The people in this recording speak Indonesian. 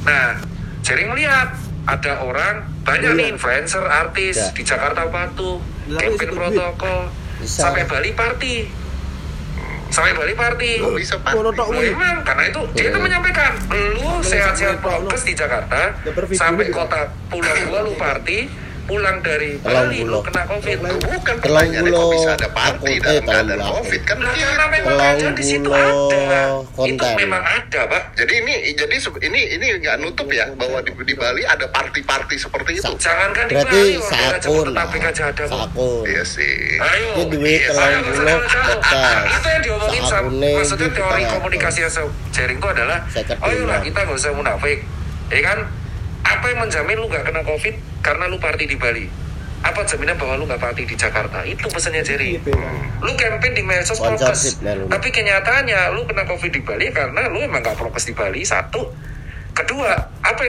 Nah, Jering melihat ada orang banyak nih influencer, artis di Jakarta Patuh, campaign protokol, sampai Bali party. Oh, bisa party. Memang karena itu dia itu menyampaikan, lu sehat-sehat prokes di Jakarta, sampai kota Pulau Gua lu party, pulang dari Bali lu kena COVID. Bukan pertanyaannya kok bisa ada party dalam keadaan COVID kan? Karena memang aja di situ ada, itu memang ada, Pak. Jadi ini nggak nutup ya bahwa di Bali ada party seperti itu. Jangankan di berarti Bali, sakun aja ada. Sakun. Iya sih. Ayo. Itu duit 30 Itu yang diomongin sama, maksudnya teori komunikasi yang Jering itu adalah, ayolah kita nggak usah munafik, ya kan? Apa yang menjamin lu nggak kena COVID karena lu party di Bali? Apa jaminan bahwa lu nggak party di Jakarta? Itu pesannya Jering. Lu campaign di medsos prokes, tapi kenyataannya lu kena COVID di Bali karena lu emang nggak prokes di Bali, satu.